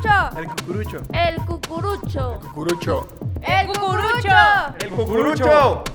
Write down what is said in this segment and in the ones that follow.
El cucurucho. El cucurucho. Cucurucho. El cucurucho. El cucurucho.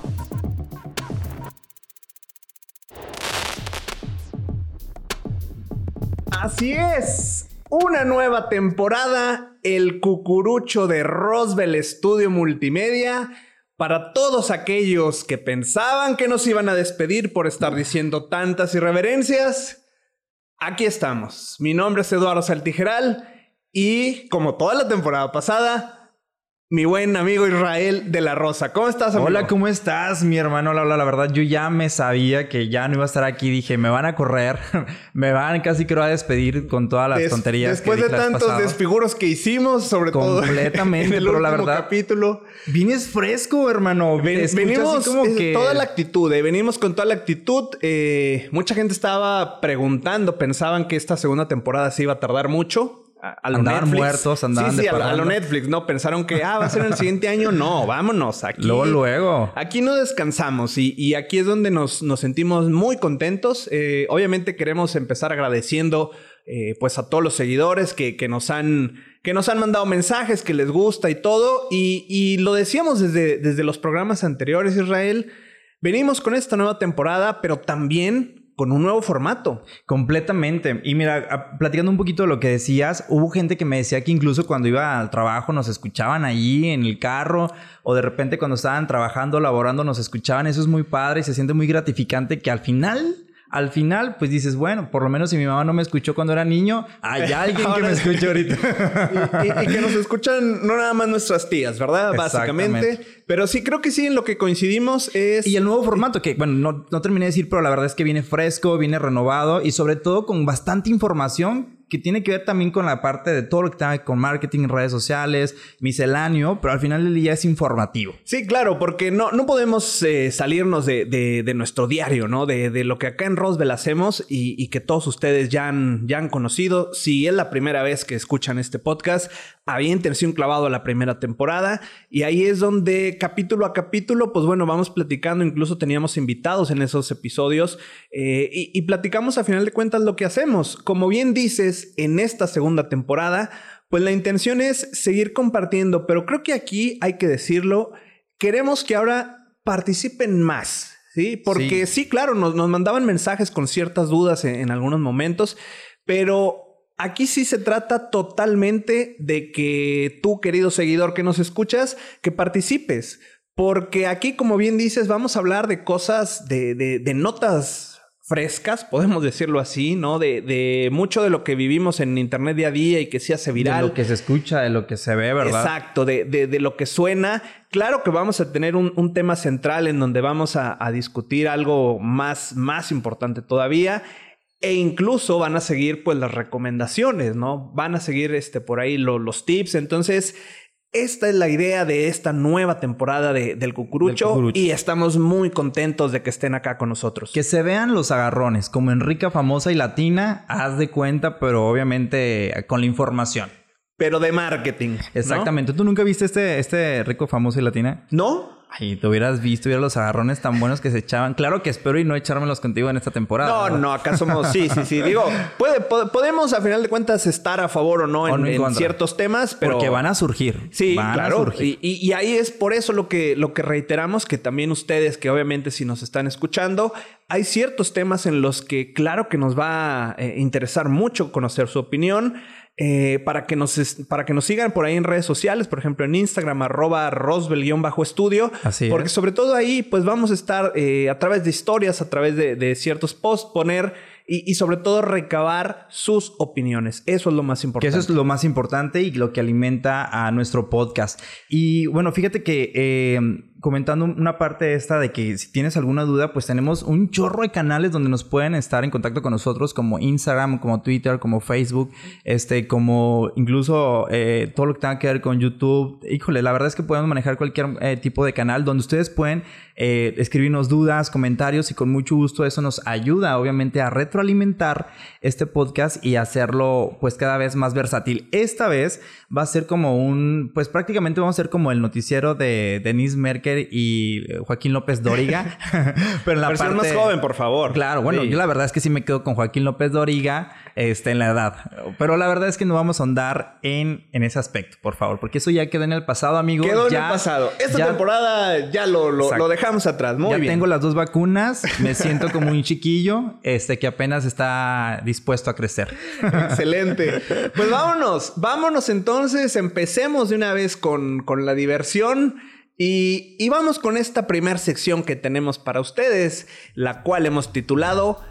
Así es, una nueva temporada, el cucurucho de Roswell Studio Multimedia. Para todos aquellos que pensaban que nos iban a despedir por estar diciendo tantas irreverencias, aquí estamos. Mi nombre es Eduardo Saltijeral y, como toda la temporada pasada, mi buen amigo Israel de la Rosa. ¿Cómo estás, amigo? Hola, ¿cómo estás, mi hermano? La verdad, yo ya me sabía que ya no iba a estar aquí. Dije, me van a correr. Me van casi creo a despedir con todas las tonterías después que dije de tantos desfiguros que hicimos, sobre todo completamente, en el pero la último verdad, capítulo. Vienes fresco, hermano. Venimos como que toda la actitud, venimos con toda la actitud. Mucha gente estaba preguntando, pensaban que esta segunda temporada se iba a tardar mucho. Andaban Netflix. muertos, andaban Sí, de a lo parranda. Netflix, ¿no? Pensaron que, va a ser en el siguiente año. No, vámonos. Aquí, Luego. Aquí no descansamos y aquí es donde nos sentimos muy contentos. Obviamente queremos empezar agradeciendo pues a todos los seguidores que nos han mandado mensajes, que les gusta y todo. Y lo decíamos desde los programas anteriores, Israel. Venimos con esta nueva temporada, pero también con un nuevo formato. Completamente. Y mira, platicando un poquito de lo que decías, hubo gente que me decía que incluso cuando iba al trabajo nos escuchaban allí en el carro, o de repente cuando estaban trabajando, laborando, nos escuchaban. Eso es muy padre y se siente muy gratificante que al final, pues dices, bueno, por lo menos si mi mamá no me escuchó cuando era niño, hay alguien que me escucha ahorita. y que nos escuchan no nada más nuestras tías, ¿verdad? Básicamente. Pero sí, creo que sí, en lo que coincidimos es... Y el nuevo formato, que bueno, no terminé de decir, pero la verdad es que viene fresco, viene renovado y sobre todo con bastante información que tiene que ver también con la parte de todo lo que tenga con marketing, redes sociales, misceláneo, pero al final del día es informativo. Sí, claro, porque no podemos salirnos de nuestro diario, ¿no? De lo que acá en Roswell hacemos y que todos ustedes ya han conocido. Si es la primera vez que escuchan este podcast, aviéntense un clavado a la primera temporada y ahí es donde capítulo a capítulo, pues bueno, vamos platicando. Incluso teníamos invitados en esos episodios y platicamos a final de cuentas lo que hacemos. Como bien dices, en esta segunda temporada, pues la intención es seguir compartiendo, pero creo que aquí hay que decirlo, queremos que ahora participen más, ¿sí? Porque sí claro, nos mandaban mensajes con ciertas dudas en algunos momentos, pero aquí sí se trata totalmente de que tú, querido seguidor que nos escuchas, que participes, porque aquí, como bien dices, vamos a hablar de cosas, de notas frescas, podemos decirlo así, ¿no? De mucho de lo que vivimos en internet día a día y que se hace viral. De lo que se escucha, de lo que se ve, ¿verdad? Exacto, de lo que suena. Claro que vamos a tener un tema central en donde vamos a discutir algo más importante todavía. E incluso van a seguir pues las recomendaciones, ¿no? Van a seguir por ahí los tips. Entonces, esta es la idea de esta nueva temporada del Cucurucho. Y estamos muy contentos de que estén acá con nosotros. Que se vean los agarrones, como en Rica, Famosa y Latina, haz de cuenta, pero obviamente con la información. Pero de marketing, ¿no? Exactamente. ¿Tú nunca viste este Rico, Famoso y Latina? ¿No? Ay, te hubieras visto, los agarrones tan buenos que se echaban. Claro que espero y no echármelos contigo en esta temporada. No, acá somos... Sí. Digo, podemos a final de cuentas estar a favor o no en ciertos temas, pero... Porque van a surgir. Sí, van a surgir. Y ahí es por eso lo que reiteramos, que también ustedes, que obviamente si nos están escuchando, hay ciertos temas en los que claro que nos va a interesar mucho conocer su opinión. Para que nos sigan por ahí en redes sociales, por ejemplo en Instagram, @Roswell_Studio. Así es. Porque sobre todo ahí pues vamos a estar a través de historias, a través de ciertos posts, poner y sobre todo recabar sus opiniones. Eso es lo más importante. Que eso es lo más importante y lo que alimenta a nuestro podcast. Y bueno, fíjate que comentando una parte esta de que si tienes alguna duda, pues tenemos un chorro de canales donde nos pueden estar en contacto con nosotros, como Instagram, como Twitter, como Facebook, como incluso todo lo que tenga que ver con YouTube. Híjole, la verdad es que podemos manejar cualquier tipo de canal donde ustedes pueden escribirnos dudas, comentarios y con mucho gusto eso nos ayuda obviamente a retroalimentar este podcast y hacerlo pues cada vez más versátil. Esta vez va a ser como pues prácticamente vamos a ser como el noticiero de Denise Merkel Becker y Joaquín López Dóriga. Pero en la versión parte más joven, por favor. Claro, bueno, Sí. yo la verdad es que sí me quedo con Joaquín López Dóriga en la edad. Pero la verdad es que no vamos a ahondar en ese aspecto, por favor. Porque eso ya quedó en el pasado, amigo. Quedó en Ya- el pasado. Esta ya- temporada ya lo dejamos atrás. Muy ya bien. tengo las 2 vacunas. Me siento como un chiquillo que apenas está dispuesto a crecer. Excelente. Pues vámonos entonces. Empecemos de una vez con la diversión. Y vamos con esta primera sección que tenemos para ustedes, la cual hemos titulado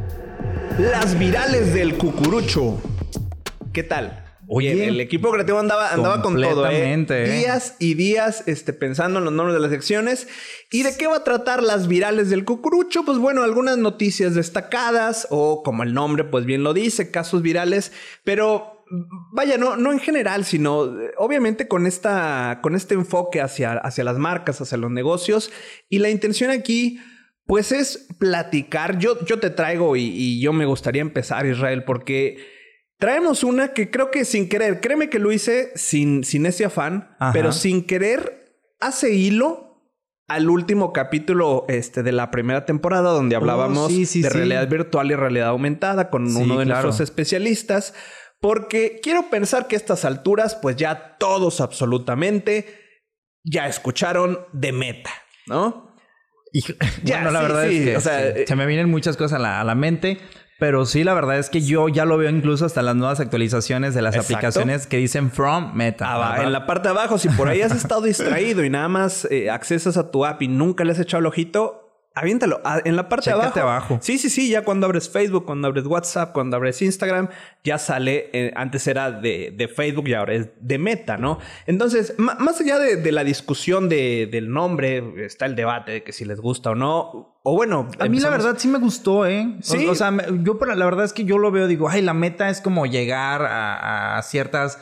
Las virales del cucurucho. ¿Qué tal? Oye, Bien, el equipo creativo andaba con todo, completamente, Días y días pensando en los nombres de las secciones. ¿Y de qué va a tratar las virales del cucurucho? Pues bueno, algunas noticias destacadas o como el nombre pues bien lo dice, casos virales, pero vaya, no en general, sino obviamente con este enfoque hacia las marcas, hacia los negocios. Y la intención aquí pues es platicar. Yo te traigo y yo me gustaría empezar, Israel, porque traemos una que creo que sin querer, créeme que lo hice sin ese afán, Ajá. pero sin querer hace hilo al último capítulo de la primera temporada donde hablábamos sí, de sí. realidad virtual y realidad aumentada con Sí, uno de claro. nuestros especialistas, porque quiero pensar que a estas alturas pues ya todos absolutamente ya escucharon de Meta, ¿no? Y, Ya, bueno, la sí, verdad sí, es que o sea, se me vienen muchas cosas a la mente. Pero sí, la verdad es que yo ya lo veo incluso hasta las nuevas actualizaciones de las Exacto. aplicaciones que dicen From Meta. ¿verdad? En la parte de abajo, si por ahí has estado distraído y nada más accesas a tu app y nunca le has echado el ojito, aviéntalo. En la parte de Chécate abajo. abajo. Sí. Ya cuando abres Facebook, cuando abres WhatsApp, cuando abres Instagram, ya sale. Antes era de Facebook y ahora es de Meta, ¿no? Entonces, más allá de la discusión del nombre, está el debate de que si les gusta o no. O bueno, A mí la empezamos- verdad sí me gustó, ¿eh? Sí. O sea, la verdad es que yo lo veo, digo, ay, la meta es como llegar a ciertas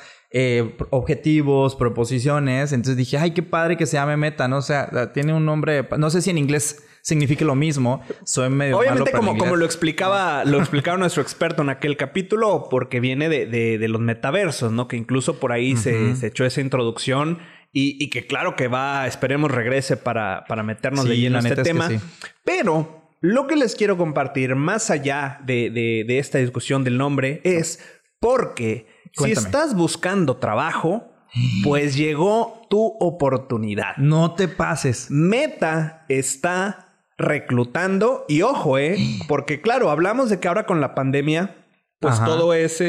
objetivos, proposiciones. Entonces dije, ay, qué padre que se llame Meta, ¿no? O sea, tiene un nombre, no sé si en inglés signifique lo mismo. Soy medio Obviamente, malo para el como inglés. lo explicaba nuestro experto en aquel capítulo, porque viene de los metaversos, ¿no? Que incluso por ahí se echó esa introducción y que claro que esperemos regrese para meternos Sí, de lleno la en este neta es que tema. sí. Pero lo que les quiero compartir, más allá de esta discusión del nombre, es porque Cuéntame. si estás buscando trabajo, pues llegó tu oportunidad. No te pases. Meta está reclutando y ojo, porque claro, hablamos de que ahora con la pandemia, pues Ajá. todo es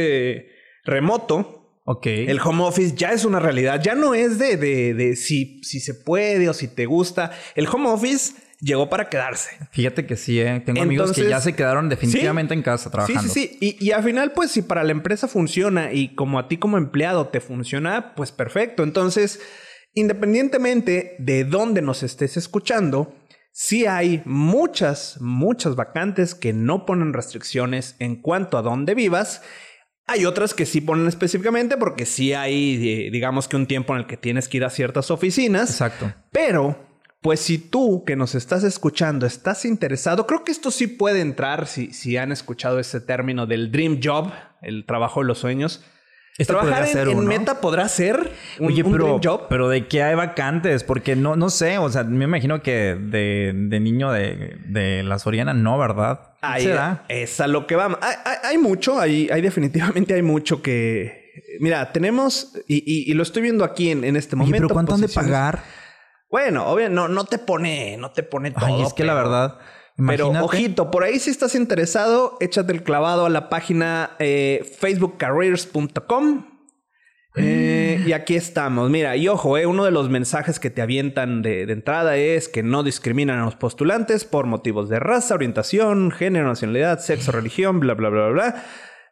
remoto. Ok. El home office ya es una realidad. Ya no es de si se puede o si te gusta. El home office llegó para quedarse. Fíjate que sí, ¿eh? Tengo amigos que Entonces, ya se quedaron definitivamente ¿sí? en casa trabajando. Sí. Y al final, pues, si para la empresa funciona y como a ti como empleado te funciona, pues perfecto. Entonces, independientemente de dónde nos estés escuchando, sí hay muchas vacantes que no ponen restricciones en cuanto a dónde vivas. Hay otras que sí ponen específicamente porque sí hay, digamos que un tiempo en el que tienes que ir a ciertas oficinas. Exacto. Pero, pues si tú que nos estás escuchando estás interesado, creo que esto sí puede entrar si han escuchado ese término del dream job, el trabajo de los sueños. Trabajar podría ser en uno. Meta podrá ser un dream job. Pero ¿de qué hay vacantes? Porque no sé, o sea, me imagino que de niño de la Soriana no, ¿verdad? Ahí ¿Será? es a lo que vamos. Hay mucho, hay definitivamente hay mucho que... Mira, tenemos, y lo estoy viendo aquí en este Oye, momento. pero ¿cuánto han de posiciones- pagar? Bueno, obvio, no te pone todo. Ay, es que la pero- verdad, Pero imagínate. ojito, por ahí si estás interesado, échate el clavado a la página facebookcareers.com. Y aquí estamos. Mira, y ojo, uno de los mensajes que te avientan de entrada es que no discriminan a los postulantes por motivos de raza, orientación, género, nacionalidad, sexo, religión, bla, bla, bla, bla.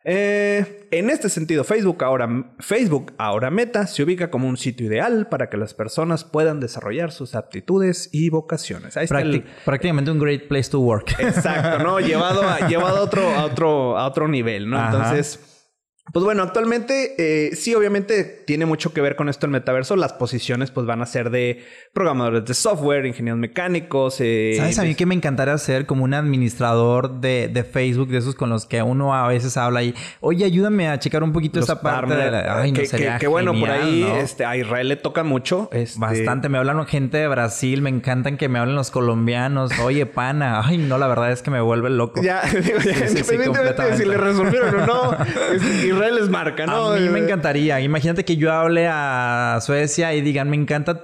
En este sentido, Facebook, ahora Meta, se ubica como un sitio ideal para que las personas puedan desarrollar sus aptitudes y vocaciones. Ahí está Prácticamente un great place to work. Exacto, ¿no? Llevado a otro nivel, ¿no? Ajá. Entonces, Pues bueno, actualmente sí, obviamente tiene mucho que ver con esto el metaverso. Las posiciones pues van a ser de programadores de software, ingenieros mecánicos. ¿Sabes a mí que me encantaría ser como un administrador de Facebook, de esos con los que uno a veces habla y, oye, ayúdame a checar un poquito esa parte de la... Ay, no, sería que bueno, genial, por ahí ¿no? a Israel le toca mucho. Bastante. Me hablan gente de Brasil. Me encantan que me hablen los colombianos. Oye, pana. Ay, no, la verdad es que me vuelve loco. Ya, digo, ya, independientemente de si le resolvieron o no, Israel les marca, ¿no? A mí me encantaría. Imagínate que yo hable a Suecia y digan, me encanta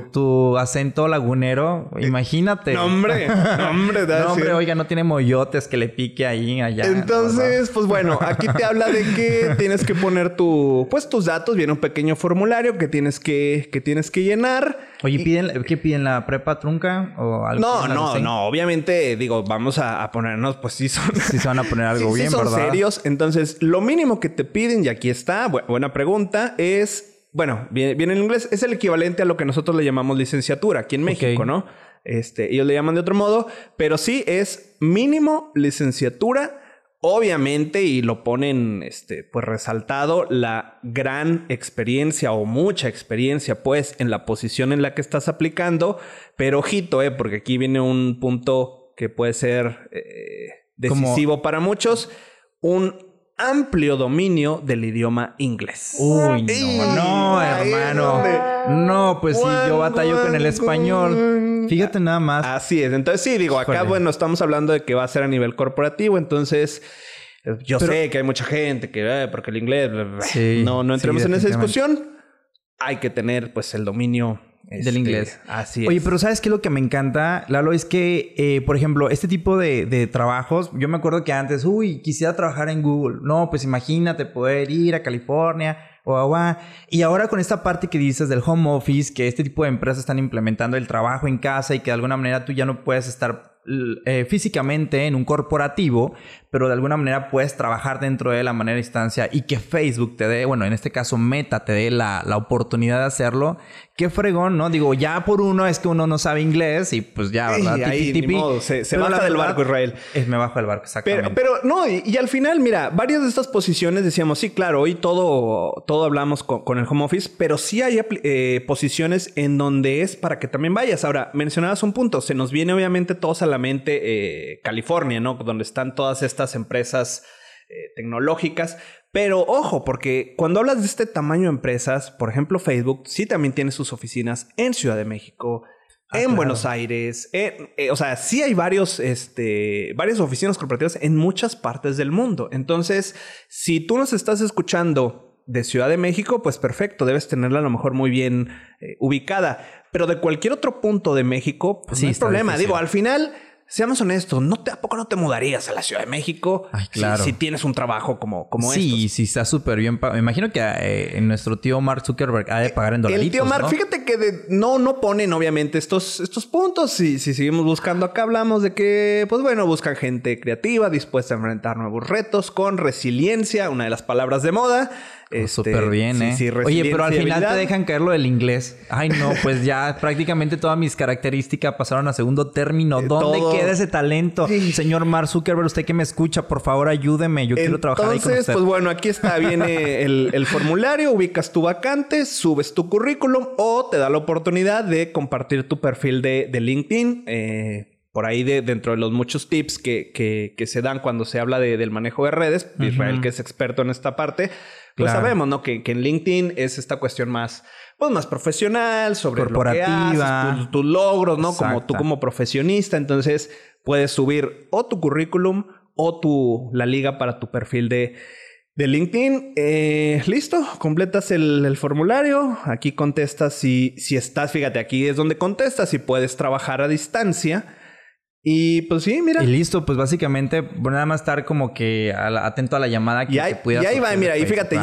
tu acento lagunero. Imagínate. No, hombre. No, hombre, oiga, no tiene moyotes que le pique ahí, allá. Entonces, pues bueno, aquí te habla de que tienes que poner tus datos. Viene un pequeño formulario que tienes que llenar. Oye, ¿qué piden? ¿La prepa trunca? ¿O algo? No. Obviamente, digo, vamos a ponernos, pues sí son... Sí se van a poner algo bien, son ¿verdad? serios. Entonces, lo mínimo que te piden, y aquí está, buena pregunta, es... Bueno, viene en inglés. Es el equivalente a lo que nosotros le llamamos licenciatura aquí en México, ¿no? Ellos le llaman de otro modo. Pero sí es mínimo licenciatura. Obviamente, y lo ponen pues resaltado, la gran experiencia o mucha experiencia pues en la posición en la que estás aplicando. Pero ojito, porque aquí viene un punto que puede ser decisivo para muchos. Un amplio dominio del idioma inglés. Uy, no, hermano. No, pues sí, yo batallo con el español. Fíjate nada más. Así es. Entonces sí, digo, acá, bueno, estamos hablando de que va a ser a nivel corporativo. Entonces, yo sé que hay mucha gente que, porque el inglés, sí, no entremos en esa discusión. Hay que tener, pues, el dominio del inglés. Así es. Oye, pero ¿sabes qué? Lo que me encanta, Lalo, es que, por ejemplo, este tipo de trabajos, yo me acuerdo que antes, quisiera trabajar en Google. No, pues imagínate poder ir a California y ahora con esta parte que dices del home office, que este tipo de empresas están implementando el trabajo en casa y que de alguna manera tú ya no puedes estar físicamente en un corporativo, pero de alguna manera puedes trabajar dentro de la manera de instancia y que Facebook te dé, bueno, en este caso Meta te dé la oportunidad de hacerlo. Qué fregón, ¿no? Digo, ya por uno es que uno no sabe inglés y pues ya, ¿verdad? Ahí, ni modo, se baja del barco, Israel. Me bajo del barco, exactamente. Pero no, y al final, mira, varias de estas posiciones decíamos, sí, claro, hoy todo hablamos con el home office, pero sí hay posiciones en donde es para que también vayas. Ahora, mencionabas un punto, se nos viene obviamente todos a la mente California, ¿no? Donde están todas estas empresas tecnológicas. Pero ojo, porque cuando hablas de este tamaño de empresas, por ejemplo, Facebook sí también tiene sus oficinas en Ciudad de México, en Buenos Aires. O sea, sí hay varias oficinas corporativas en muchas partes del mundo. Entonces, si tú nos estás escuchando de Ciudad de México, pues perfecto, debes tenerla a lo mejor muy bien ubicada. Pero de cualquier otro punto de México, pues sí, no hay problema. Difícil. Digo, al final... Seamos honestos, ¿a poco no te mudarías a la Ciudad de México? Ay, claro. Si tienes un trabajo como sí, estos? Sí, está súper bien. Me imagino que nuestro tío Mark Zuckerberg ha de pagar en dolaritos, el tío Mark, ¿no? Fíjate que no ponen obviamente estos puntos. Si seguimos buscando acá, hablamos de que, pues bueno, buscan gente creativa, dispuesta a enfrentar nuevos retos, con resiliencia, una de las palabras de moda. Súper bien, ¿eh? Sí, oye, pero al final te dejan caer lo del inglés. Ay, no, pues ya prácticamente todas mis características pasaron a segundo término. ¿Dónde queda ese talento? Sí. Señor Mark Zuckerberg, usted que me escucha, por favor, ayúdeme. Yo quiero trabajar ahí con usted. Entonces, pues bueno, aquí está. Viene el formulario, ubicas tu vacante, subes tu currículum o te da la oportunidad de compartir tu perfil de LinkedIn. Por ahí dentro de los muchos tips que se dan cuando se habla del manejo de redes. Israel, que es experto en esta parte, pues sabemos, ¿no? Que en LinkedIn es esta cuestión más profesional, sobre lo que haces, tus logros, ¿no? Como tú como profesionista. Entonces, puedes subir o tu currículum o la liga para tu perfil de LinkedIn. Listo, completas el formulario. Aquí contestas si estás, fíjate, aquí es donde contestas si puedes trabajar a distancia. Y pues sí, mira. Y listo, pues básicamente nada más estar como que atento a la llamada que te pudiera. Y ahí va, mira, y fíjate,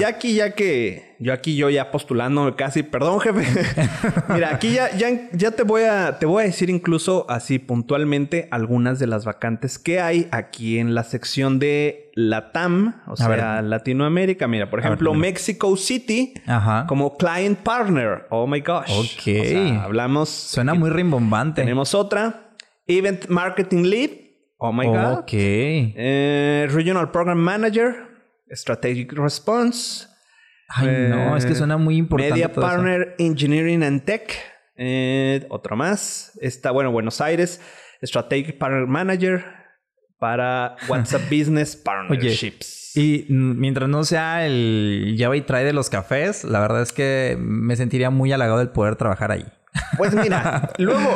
yo ya postulando casi, perdón, jefe. Mira, aquí ya te voy a decir incluso así puntualmente algunas de las vacantes que hay aquí en la sección de LATAM, o sea, Latinoamérica. Mira, por ejemplo, Mexico City como Client Partner. Oh my gosh. Ok. O sea, hablamos. Suena muy rimbombante. Tenemos otra. Event Marketing Lead. Oh my God. Ok. Regional Program Manager. Strategic Response. Ay, no, es que suena muy importante. Media todo eso. Partner Engineering and Tech. Otro más. Está, Buenos Aires. Strategic Partner Manager para WhatsApp Business Partnerships. Y mientras no sea el lleva y trae de los cafés, la verdad es que me sentiría muy halagado del poder trabajar ahí. Pues mira, luego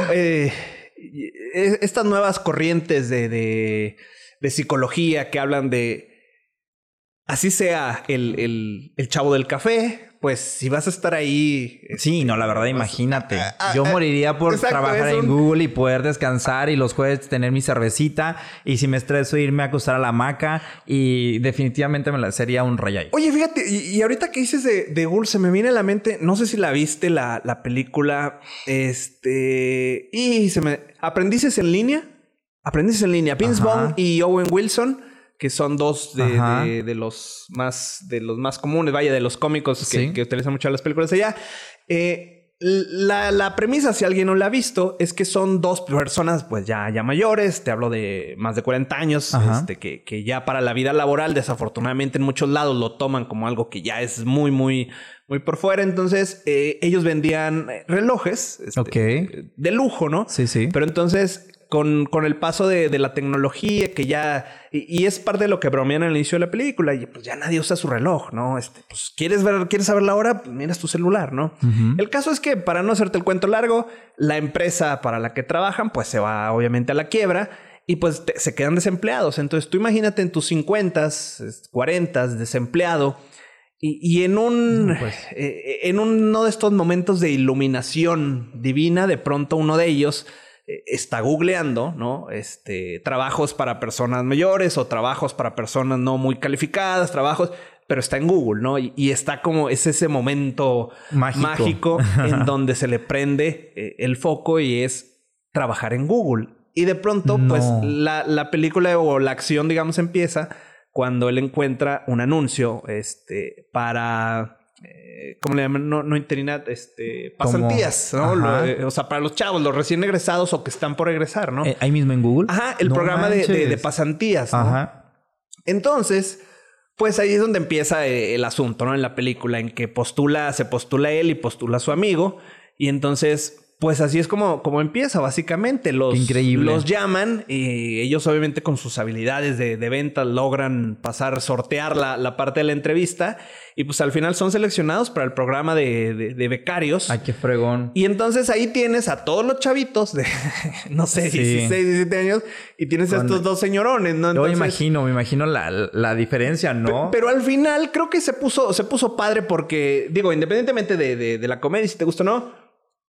estas nuevas corrientes de psicología que hablan de así sea el chavo del café, pues si vas a estar ahí... Sí, no, la verdad, imagínate. Yo moriría por trabajar en Google y poder descansar y los jueves tener mi cervecita y si me estreso irme a acostar a la hamaca y definitivamente sería un rey ahí. Oye, fíjate, y ahorita que dices de Google se me viene a la mente, no sé si la viste la película, Aprendices en línea. Vince Vaughn y Owen Wilson, que son dos de los más comunes, de los cómicos que utilizan mucho las películas allá. La premisa, si alguien no la ha visto, es que son dos personas pues ya mayores. Te hablo de más de 40 años, que ya para la vida laboral, desafortunadamente en muchos lados lo toman como algo que ya es muy, muy, muy por fuera. Entonces, ellos vendían relojes de lujo, ¿no? Sí, sí. Pero entonces... Con el paso de la tecnología que ya... Y es parte de lo que bromean al inicio de la película. Y pues ya nadie usa su reloj, ¿no? Pues ¿quieres saber la hora? Pues miras tu celular, ¿no? El caso es que, para no hacerte el cuento largo, la empresa para la que trabajan pues se va obviamente a la quiebra y pues se quedan desempleados. Entonces tú imagínate en tus 50s, 40s, desempleado. Y en en uno de estos momentos de iluminación divina, de pronto uno de ellos... está googleando, ¿no? Trabajos para personas mayores o trabajos para personas no muy calificadas, pero está en Google, ¿no? Y está como... Es ese momento mágico en donde se le prende el foco y es trabajar en Google. Y de pronto, pues, la película o la acción, digamos, empieza cuando él encuentra un anuncio para... ¿cómo le llaman? No interina, pasantías, ¿no? O sea, para los chavos, los recién egresados o que están por egresar, ¿no? Ahí mismo en Google. El programa de pasantías, ¿no? Entonces, pues ahí es donde empieza el asunto, ¿no? En la película, en que se postula él y postula a su amigo. Y entonces... Pues así es como empieza, básicamente. Increíble. Los llaman y ellos, obviamente, con sus habilidades de ventas, logran sortear la parte de la entrevista. Y pues al final son seleccionados para el programa de becarios. ¡Ay, qué fregón! Y entonces ahí tienes a todos los chavitos de, no sé, 16, 17 años. Y tienes a estos dos señorones, ¿no? Entonces, me imagino la diferencia, ¿no? Pero al final creo que se puso padre porque, digo, independientemente de la comedia, si te gusta o no...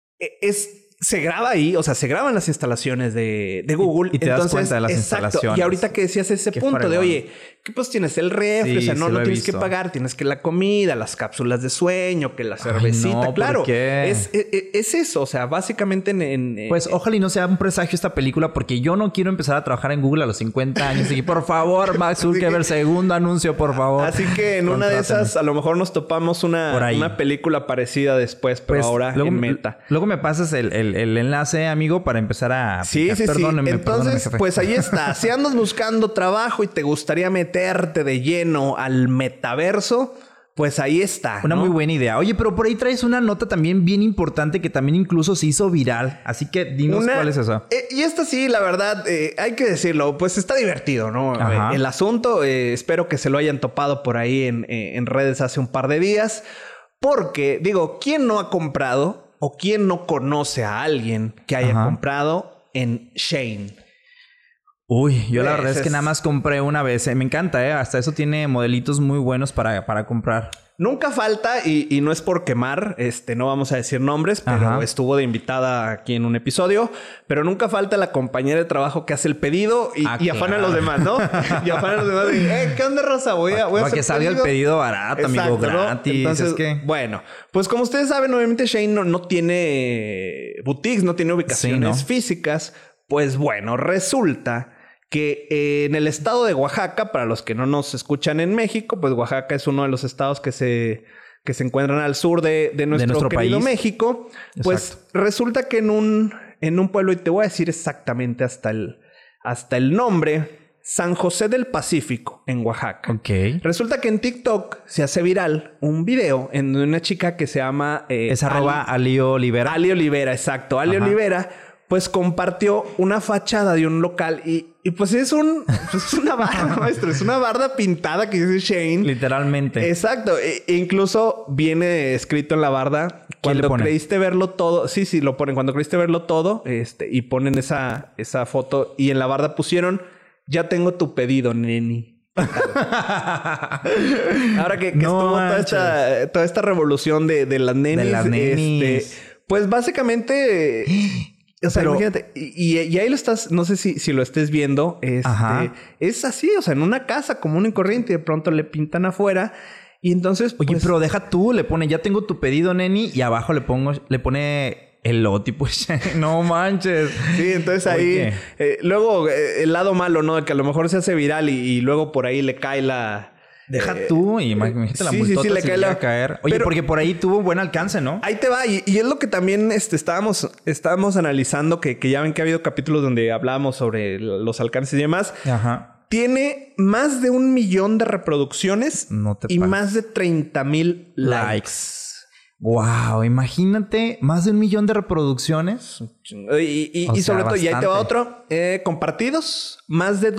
se graba ahí, o sea, se graban las instalaciones de Google. Y te das cuenta de las instalaciones. Y ahorita que decías ese punto de, oye, ¿qué pues tienes? El refri, o sea, no tienes que pagar, tienes que la comida, las cápsulas de sueño, que la cervecita. Ay, no, claro, ¿por qué? Es eso, o sea, básicamente pues ojalá y no sea un presagio esta película, porque yo no quiero empezar a trabajar en Google a los 50 años. Así que, por favor, Mark Zuckerberg, segundo anuncio, por favor. Así que en una de esas, a lo mejor nos topamos una película parecida después, pero pues, ahora luego, en Meta. Luego me pasas el enlace, amigo, para empezar a... Sí. Entonces, pues ahí está. Si andas buscando trabajo y te gustaría meterte de lleno al metaverso... Pues ahí está. Una muy buena idea. Oye, pero por ahí traes una nota también bien importante que también incluso se hizo viral. Así que dinos cuál es esa. Y esta sí, la verdad, hay que decirlo, pues está divertido, ¿no? El asunto, espero que se lo hayan topado por ahí en redes hace un par de días. Porque, digo, ¿quién no ha comprado o quién no conoce a alguien que haya comprado en Shein? Uy, yo la verdad es que nada más compré una vez. Me encanta, hasta eso tiene modelitos muy buenos para comprar. Nunca falta, y no es por quemar, no vamos a decir nombres, pero estuvo de invitada aquí en un episodio, pero nunca falta la compañera de trabajo que hace el pedido y afana a los demás, ¿no? Y afana a los demás y, ¿qué onda, Rosa? Voy a hacer que salga el pedido barato, amigo, gratis. ¿No? Entonces, es que... bueno, pues como ustedes saben, obviamente Shein no tiene boutiques, no tiene ubicaciones físicas. Pues bueno, resulta que en el estado de Oaxaca, para los que no nos escuchan en México, pues Oaxaca es uno de los estados que se encuentran al sur de nuestro querido país. México. Pues exacto. Resulta que en un pueblo, y te voy a decir exactamente hasta el nombre, San José del Pacífico, en Oaxaca. Ok. Resulta que en TikTok se hace viral un video en donde una chica que se llama... Es @Ali Olivera. Ali Olivera, exacto. Ali Ajá. Olivera, pues compartió una fachada de un local y pues es una barda, maestro. Es una barda pintada que dice Shane. Literalmente. Exacto. E incluso viene escrito en la barda. ¿Quién le Cuando pone? creíste verlo todo. Sí, lo ponen. Cuando creíste verlo todo. Y ponen esa foto. Y en la barda pusieron... Ya tengo tu pedido, neni. Ahora que No estuvo toda esta revolución de las nenis. De las nenis. Pues básicamente... O sea, Pero- imagínate. Y ahí lo estás... No sé si lo estés viendo. Ajá. Es así. O sea, en una casa común y corriente. Y de pronto le pintan afuera. Y entonces... Oye, pues, pero deja tú, le pone, ya tengo tu pedido, neni, y abajo le pone el logotipo. No manches. Sí, entonces ahí... luego, el lado malo, ¿no? De que a lo mejor se hace viral y luego por ahí le cae la... Deja tú, y imagínate la sí, multota sí, le si cae llega la- a caer. Oye, Pero- porque por ahí tuvo buen alcance, ¿no? Ahí te va. Y es lo que también estábamos analizando, que ya ven que ha habido capítulos donde hablábamos sobre los alcances y demás. Ajá. Tiene más de 1 millón de reproducciones No te y pases. más de 30,000 likes. Wow, imagínate, más de 1 millón de reproducciones. Y O sea, sobre todo, y ahí te va bastante. otro, compartidos, más de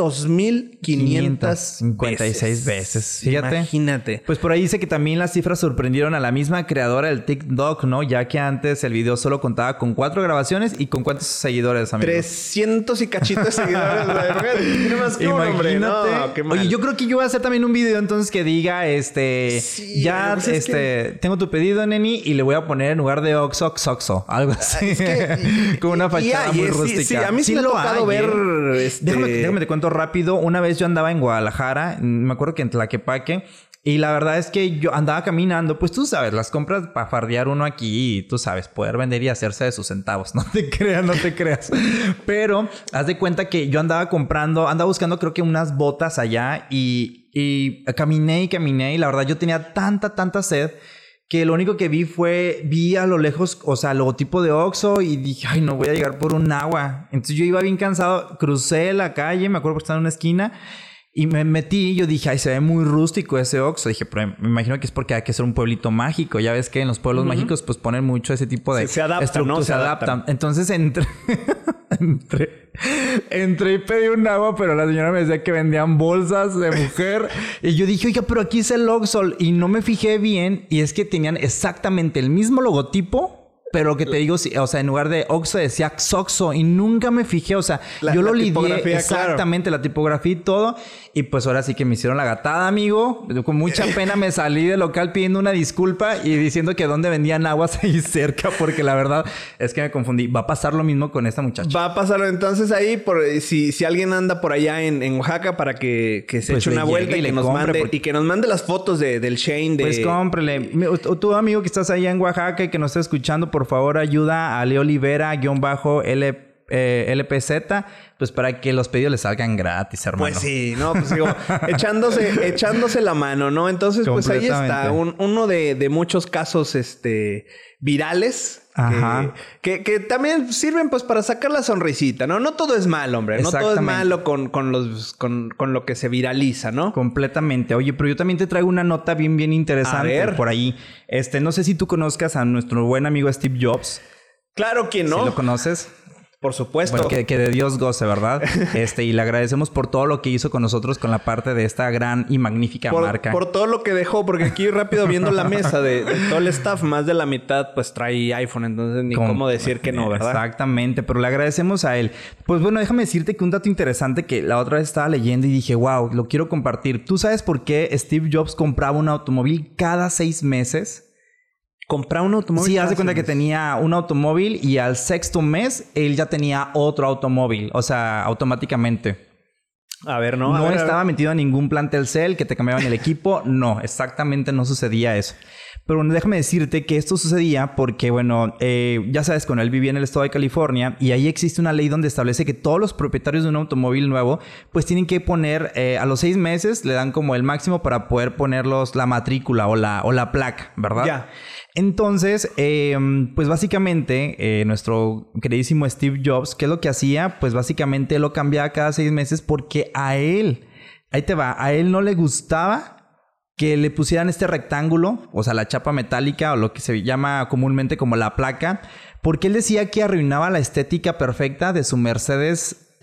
2,556 veces. Fíjate. Imagínate. Pues por ahí dice que también las cifras sorprendieron a la misma creadora del TikTok, ¿no? Ya que antes el video solo contaba con 4 grabaciones y con ¿cuántos seguidores, amigos? 300 y cachito de seguidores. Tiene más que un hombre. No, qué mal. Oye, yo creo que yo voy a hacer también un video entonces que diga, Sí, ya, pues es tengo tu pedido, neni, y le voy a poner en lugar de Oxo, algo así. Es que- con una fachada muy rústica. Sí, a mí sí me ha lo tocado hay, ver... Déjame te cuento rápido. Una vez yo andaba en Guadalajara, me acuerdo que en Tlaquepaque, y la verdad es que yo andaba caminando, pues tú sabes, las compras para fardear uno aquí, y tú sabes, poder vender y hacerse de sus centavos. No te creas. Pero haz de cuenta que yo andaba buscando creo que unas botas allá y caminé y la verdad yo tenía tanta sed que lo único que vi a lo lejos, o sea, el logotipo de Oxxo y dije, ay, no voy a llegar por un agua. Entonces yo iba bien cansado, crucé la calle, me acuerdo que estaba en una esquina y me metí y yo dije, ay, se ve muy rústico ese Oxxo. Dije, pero me imagino que es porque hay que ser un pueblito mágico. Ya ves que en los pueblos mágicos pues ponen mucho ese tipo de Se adaptan, estructuras, ¿no? se adaptan. Entonces entré y pedí un agua, pero la señora me decía que vendían bolsas de mujer. Y yo dije, oiga, pero aquí es el Oxxo. Y no me fijé bien. Y es que tenían exactamente el mismo logotipo. Pero lo que te digo, o sea, en lugar de Oxxo decía Xoxo. Y nunca me fijé. O sea, yo lo lidié tipografía, exactamente, la tipografía y todo. Y pues ahora sí que me hicieron la gatada, amigo. Con mucha pena me salí del local pidiendo una disculpa y diciendo que dónde vendían aguas ahí cerca. Porque la verdad es que me confundí. Va a pasar lo mismo con esta muchacha. Va a pasarlo entonces ahí, si alguien anda por allá en Oaxaca para que se Pues eche una le vuelta llegue y y que le nos compre, mande porque- y que nos mande las fotos del Shane. Pues cómprele. Tu amigo que estás allá en Oaxaca y que nos está escuchando, por favor, ayuda a Leo Olivera, LPZ, pues para que los pedidos le salgan gratis, hermano. Pues sí, no, pues digo, echándose la mano, ¿no? Entonces, pues ahí está, uno de muchos casos virales. Ajá. Que también sirven pues para sacar la sonrisita, ¿no? No todo es malo, hombre. No todo es malo con lo que se viraliza, ¿no? Completamente. Oye, pero yo también te traigo una nota bien interesante A ver. por ahí. No sé si tú conozcas a nuestro buen amigo Steve Jobs. Claro que no. ¿Sí lo conoces? Por supuesto. Bueno, que de Dios goce, ¿verdad? Y le agradecemos por todo lo que hizo con nosotros con la parte de esta gran y magnífica marca. Por todo lo que dejó, porque aquí rápido viendo la mesa de todo el staff, más de la mitad pues trae iPhone, entonces ni cómo decir que no, ¿verdad? Exactamente, pero le agradecemos a él. Pues bueno, déjame decirte que un dato interesante que la otra vez estaba leyendo y dije, wow, lo quiero compartir. ¿Tú sabes por qué Steve Jobs compraba un automóvil cada 6 meses? ¿Comprar un automóvil? Sí, haz de cuenta que tenía un automóvil y al 6º mes él ya tenía otro automóvil, o sea, automáticamente. A ver, ¿no? No estaba metido en ningún plan Telcel que te cambiaban el equipo. No, exactamente no sucedía eso. Pero bueno, déjame decirte que esto sucedía porque, bueno, ya sabes, cuando él vivía en el estado de California y ahí existe una ley donde establece que todos los propietarios de un automóvil nuevo pues tienen que poner, a los 6 meses le dan como el máximo para poder ponerlos la matrícula o la placa, ¿verdad? Ya. Entonces, pues básicamente, nuestro queridísimo Steve Jobs, ¿qué es lo que hacía? Pues básicamente lo cambiaba cada 6 meses porque a él, ahí te va, a él no le gustaba que le pusieran este rectángulo, o sea, la chapa metálica o lo que se llama comúnmente como la placa, porque él decía que arruinaba la estética perfecta de su Mercedes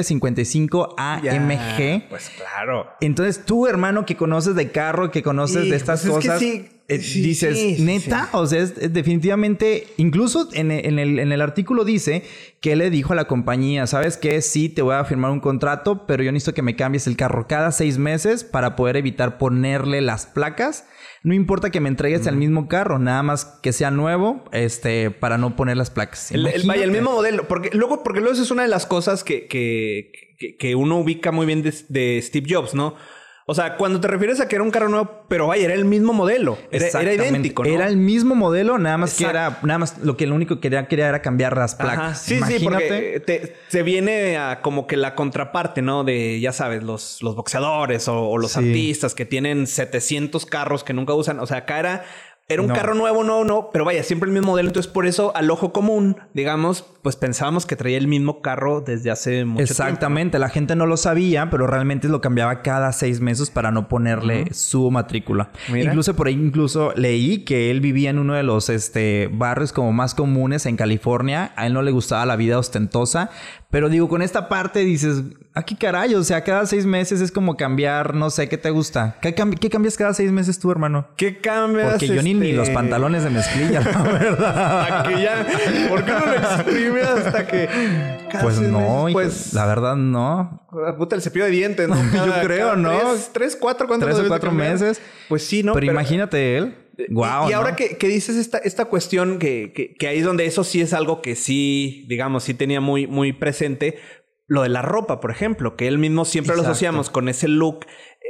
SL55 AMG. Pues claro. Entonces tú, hermano, que conoces de carro, que conoces de estas cosas, dices, ¿neta? Sí. O sea, es definitivamente... Incluso en el artículo dice que él le dijo a la compañía, ¿sabes qué? Sí, te voy a firmar un contrato, pero yo necesito que me cambies el carro cada 6 meses para poder evitar ponerle las placas. No importa que me entregues el mismo carro, nada más que sea nuevo, para no poner las placas. Vaya, el mismo modelo. Porque luego eso es una de las cosas que uno ubica muy bien de Steve Jobs, ¿no? O sea, cuando te refieres a que era un carro nuevo, pero vaya, era el mismo modelo. Era idéntico, ¿no? Era el mismo modelo, nada más lo único que quería era cambiar las placas. Ajá. Sí, imagínate. Sí, porque se viene a como que la contraparte, ¿no? De, ya sabes, los boxeadores o los artistas que tienen 700 carros que nunca usan. O sea, acá era un carro nuevo, no, pero vaya, siempre el mismo modelo. Entonces, por eso, al ojo común, digamos, pues pensábamos que traía el mismo carro desde hace mucho tiempo. Exactamente. La gente no lo sabía, pero realmente lo cambiaba cada 6 meses para no ponerle su matrícula. Mira. Incluso por ahí leí que él vivía en uno de los barrios como más comunes en California. A él no le gustaba la vida ostentosa. Pero digo, con esta parte dices, ¿qué caray? O sea, cada 6 meses es como cambiar, no sé, ¿qué te gusta? ¿Qué cambias cada 6 meses tú, hermano? ¿Qué cambias? Porque yo ni los pantalones de mezclilla, la verdad. Hasta que ya... ¿Por qué no lo exprime hasta que... Pues no, pues... La verdad, no. Puta, el cepillo de dientes, ¿no? Yo creo, ¿no? 3, 4, ¿cuántos? 3 o 4 meses. Pues sí, ¿no? Pero imagínate él. Wow, y ahora que dices esta cuestión que ahí es donde eso sí es algo que sí, digamos, sí tenía muy, muy presente. Lo de la ropa, por ejemplo, que él mismo siempre lo asociamos con ese look.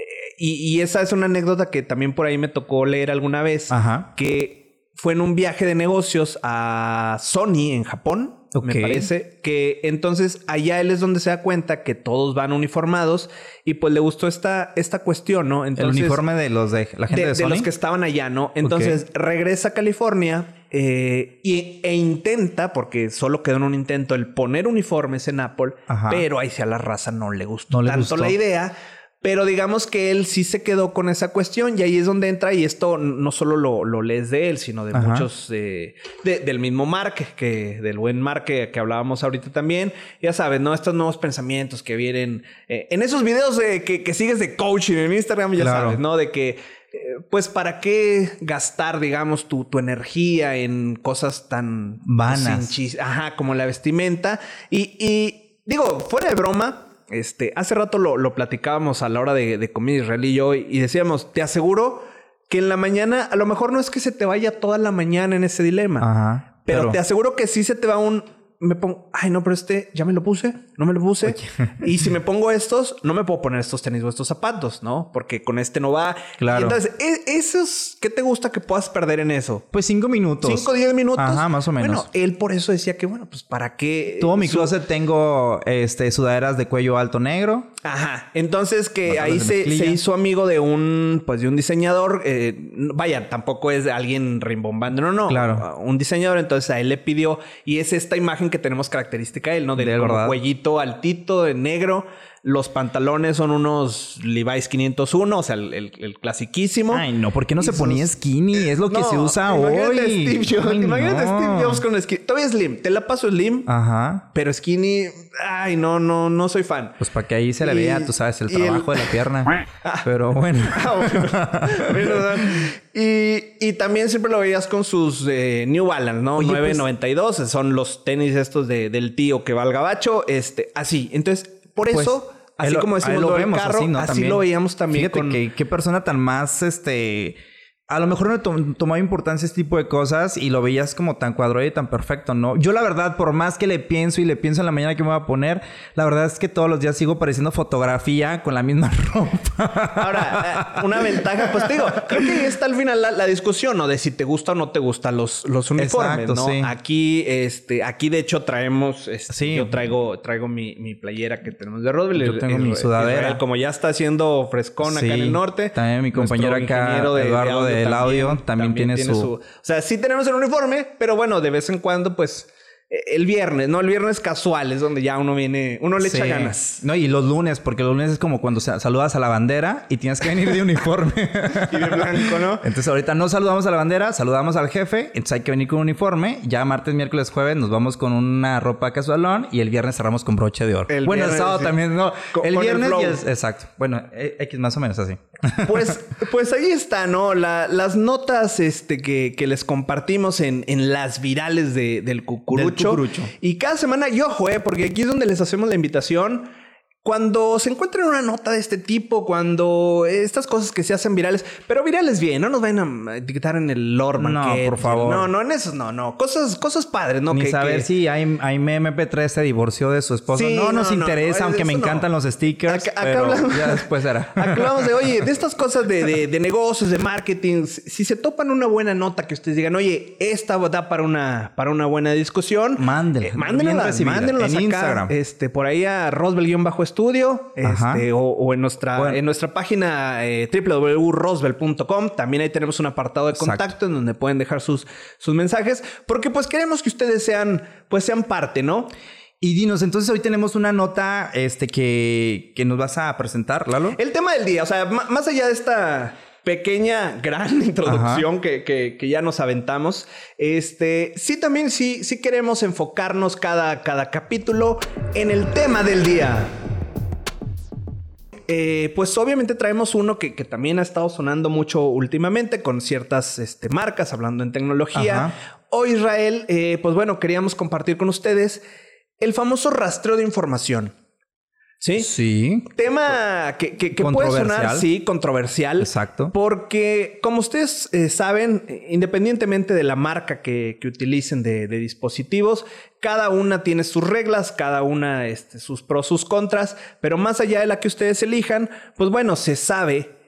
Y esa es una anécdota que también por ahí me tocó leer alguna vez. Ajá. Que fue en un viaje de negocios a Sony en Japón. Me parece que entonces allá él es donde se da cuenta que todos van uniformados y pues le gustó esta cuestión, ¿no? Entonces, el uniforme de los de la gente de Sony. De los que estaban allá, ¿no? Entonces regresa a California e intenta, porque solo quedó en un intento, el poner uniformes en Apple, pero ahí sí a la raza no le gustó tanto la idea. Pero digamos que él sí se quedó con esa cuestión y ahí es donde entra, y esto no solo lo lees de él, sino de muchos del mismo Mark, del buen Mark que hablábamos ahorita también. Ya sabes, ¿no? Estos nuevos pensamientos que vienen en esos videos que sigues de coaching en Instagram, ya sabes, ¿no? De que, pues, ¿para qué gastar, digamos, tu energía en cosas tan vanas? Como la vestimenta. Y digo, fuera de broma, hace rato lo platicábamos a la hora de comida Israel y yo y decíamos, te aseguro que en la mañana, a lo mejor no es que se te vaya toda la mañana en ese dilema, pero te aseguro que sí se te va me pongo, ay no, pero ya me lo puse, no me lo puse. Y si me pongo estos, no me puedo poner estos tenis o estos zapatos, ¿no? Porque con no va. Claro. Y entonces, ¿esos qué te gusta que puedas perder en eso? Pues 5 minutos. 5 o 10 minutos. Ajá, más o menos. Bueno, él por eso decía que, bueno, pues ¿para qué? Todo mi closet tengo sudaderas de cuello alto negro. Ajá. Entonces que ahí se hizo amigo de un diseñador. Vaya, tampoco es alguien rimbombante. No. Claro. Un diseñador. Entonces a él le pidió. Y es esta imagen que tenemos característica de él, ¿no? Del cuellito altito, de negro. Los pantalones son unos Levi's 501, o sea, el clasiquísimo. Ay, no, ¿por qué no se ponía skinny? Es lo que se usa hoy. Imagínate Steve Jobs con skinny. Todavía slim. Te la paso slim. Ajá. Pero skinny... Ay, no soy fan. Pues para que ahí se le vea, tú sabes, el trabajo de la pierna. Pero bueno. Y también siempre lo veías con sus New Balance, ¿no? 992. Son los tenis estos del tío que va al gabacho. Así. Entonces, por eso... Así como decimos lo vemos, carro, así lo veíamos también. Fíjate qué persona tan más, a lo mejor no tomaba importancia este tipo de cosas y lo veías como tan cuadrado y tan perfecto, ¿no? Yo la verdad, por más que le pienso en la mañana que me voy a poner, la verdad es que todos los días sigo pareciendo fotografía con la misma ropa. Ahora, una ventaja, pues te digo, creo que ahí está al final la discusión, ¿no? De si te gusta o no te gustan los uniformes, exacto, ¿no? Sí. Aquí de hecho traemos, yo traigo mi playera que tenemos de Roswell. Yo tengo mi sudadera. Israel, como ya está haciendo frescón acá en el norte. También mi compañero acá, Eduardo de del audio también tiene su... O sea, sí tenemos el uniforme, pero bueno, de vez en cuando, pues... El viernes, ¿no? El viernes casual es donde ya uno viene... Uno le echa ganas. No, y los lunes, porque los lunes es como cuando saludas a la bandera y tienes que venir de uniforme. Y de blanco, ¿no? Entonces, ahorita no saludamos a la bandera, saludamos al jefe. Entonces, hay que venir con uniforme. Ya martes, miércoles, jueves nos vamos con una ropa casualón y el viernes cerramos con broche de oro. El sábado también, no. El viernes y exacto. Bueno, X más o menos así. Pues ahí está, ¿no? Las notas que les compartimos en las virales del Cucurucho. Y cada semana, y ojo, porque aquí es donde les hacemos la invitación. Cuando se encuentren una nota de este tipo, cuando estas cosas que se hacen virales, pero virales bien, no nos vayan a etiquetar en el Lord Market. No, por favor. No, en esos no. Cosas padres, ¿no? Ni saber si Aime MP3 se divorció de su esposo. Sí, no nos interesa, aunque me encantan los stickers. Acá hablamos, ya después era. Acá hablamos de estas cosas de negocios, de marketing. Si se topan una buena nota que ustedes digan, oye, esta da para una buena discusión. Mándenla en Instagram. Por ahí a Roswell-Estudio o en nuestra página www.roswell.com. También ahí tenemos un apartado de contacto en donde pueden dejar sus mensajes, porque pues queremos que ustedes sean parte, ¿no? Y dinos, entonces hoy tenemos una nota que nos vas a presentar, Lalo. El tema del día, o sea, más allá de esta gran introducción que ya nos aventamos. Sí queremos enfocarnos cada capítulo en el tema del día. Pues obviamente traemos uno que también ha estado sonando mucho últimamente con ciertas marcas, hablando en tecnología. Ajá. Hoy, Israel, pues bueno, queríamos compartir con ustedes el famoso rastreo de información. ¿Sí? Sí. Tema que puede sonar, sí, controversial. Exacto. Porque, como ustedes saben, independientemente de la marca que utilicen de dispositivos, cada una tiene sus reglas, cada una sus pros, sus contras. Pero más allá de la que ustedes elijan, pues bueno, se sabe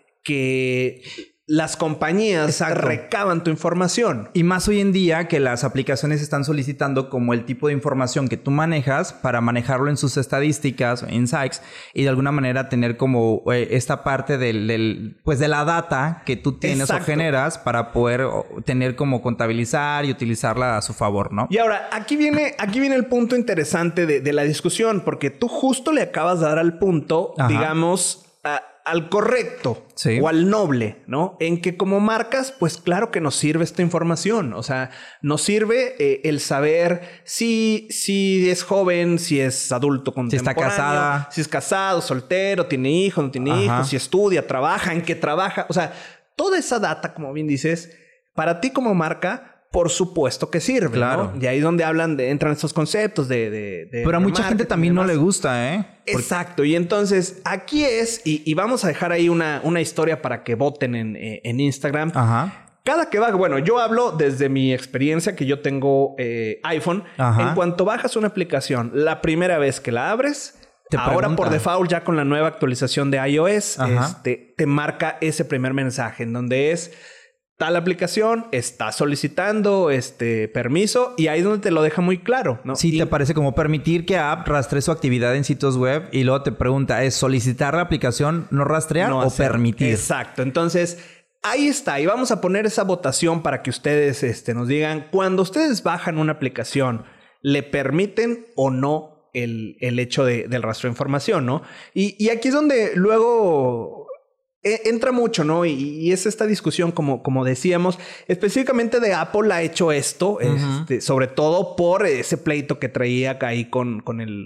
que las compañías recaban tu información. Y más hoy en día que las aplicaciones están solicitando como el tipo de información que tú manejas para manejarlo en sus estadísticas, insights, y de alguna manera tener como esta parte pues de la data que tú tienes o generas para poder tener como contabilizar y utilizarla a su favor, ¿no? Y ahora, aquí viene el punto interesante de la discusión, porque tú justo le acabas de dar al punto, digamos, al correcto, sí, o al noble, ¿no? En que como marcas, pues claro que nos sirve esta información. O sea, nos sirve el saber si es joven, si es adulto contemporáneo, si está casada, si es casado, soltero, tiene hijos, no tiene hijos, si estudia, trabaja, en qué trabaja. O sea, toda esa data, como bien dices, para ti como marca, por supuesto que sirve, claro, ¿no? Y ahí es donde entran estos conceptos de pero a mucha gente también no le gusta, ¿eh? Exacto. Y entonces aquí es, y vamos a dejar ahí una historia para que voten en Instagram. Ajá. Cada que baja, bueno, yo hablo desde mi experiencia que yo tengo iPhone. Ajá. En cuanto bajas una aplicación, la primera vez que la abres, ahora por default ya con la nueva actualización de iOS, te marca ese primer mensaje en donde es: tal aplicación está solicitando permiso, y ahí es donde te lo deja muy claro, ¿no? Sí, te aparece como permitir que app rastree su actividad en sitios web, y luego te pregunta, ¿es solicitar la aplicación, no rastrear o permitir? Exacto. Entonces, ahí está. Y vamos a poner esa votación para que ustedes nos digan, cuando ustedes bajan una aplicación, ¿le permiten o no el hecho del rastreo de información, ¿no? Y aquí es donde luego entra mucho, ¿no? Y es esta discusión, como decíamos, específicamente de Apple ha hecho esto, sobre todo por ese pleito que traía ahí con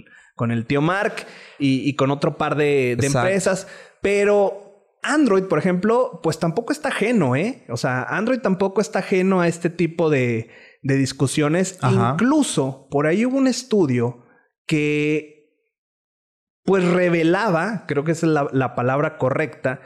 el tío Mark y con otro par de empresas. Pero Android, por ejemplo, pues tampoco está ajeno, ¿eh? O sea, Android tampoco está ajeno a este tipo de discusiones. Ajá. Incluso por ahí hubo un estudio que pues revelaba, creo que esa es la palabra correcta.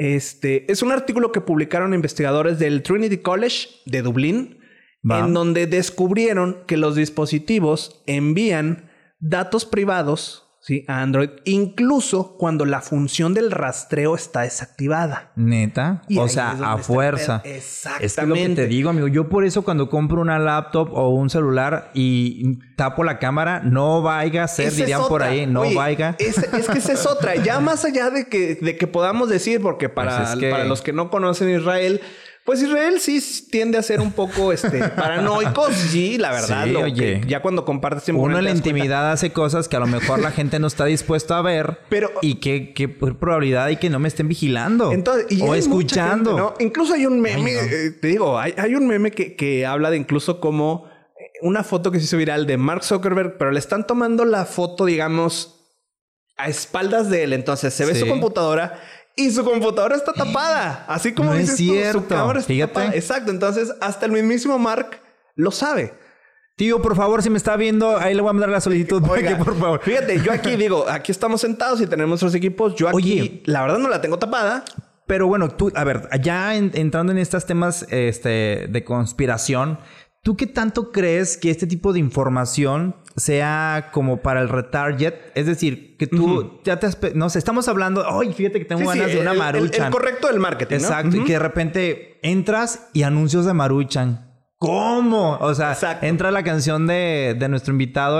Es un artículo que publicaron investigadores del Trinity College de Dublín, en donde descubrieron que los dispositivos envían datos privados, ¿sí?, a Android, incluso cuando la función del rastreo está desactivada. ¿Neta? O sea, a fuerza. Exactamente. Es que lo que te digo, amigo. Yo por eso cuando compro una laptop o un celular y tapo la cámara, no vaya a ser, dirían por ahí, no vaya. Es que esa es otra. Ya más allá de que podamos decir, porque para los que no conocen Israel, Pues Israel sí tiende a ser un poco paranoico, sí, la verdad. Sí, oye. Ya cuando compartes tiempo uno con en la él te das cuenta. intimidad hace cosas que a lo mejor la gente no está dispuesta a ver. Pero- y qué probabilidad hay que no me estén vigilando. Entonces, y o hay escuchando. mucha gente, ¿no? Incluso hay un meme, Ay, no. te digo, hay un meme que habla de incluso como una foto que se hizo viral de Mark Zuckerberg, pero le están tomando la foto, digamos, a espaldas de él. Entonces se ve Sí. su computadora y su computadora está tapada. Así como No es dices tú, cierto. su cámara está Fíjate. tapada. Exacto. Entonces, hasta el mismísimo Mark lo sabe. Tío, por favor, si me está viendo, ahí le voy a mandar la solicitud. Oiga, por favor. fíjate, yo aquí digo, aquí estamos sentados y tenemos nuestros equipos. Yo aquí, Oye. la verdad, no la tengo tapada. Pero bueno, tú, a ver, ya entrando en estos temas de conspiración, ¿tú qué tanto crees que este tipo de información sea como para el retarget? Es decir, que tú ya te has... No sé, estamos hablando... Ay, fíjate que tengo Sí, ganas de una Maruchan. El correcto del marketing, ¿no? Exacto. Y que de repente entras y anuncios de Maruchan. ¿Cómo? O sea, Exacto. entra la canción de nuestro invitado,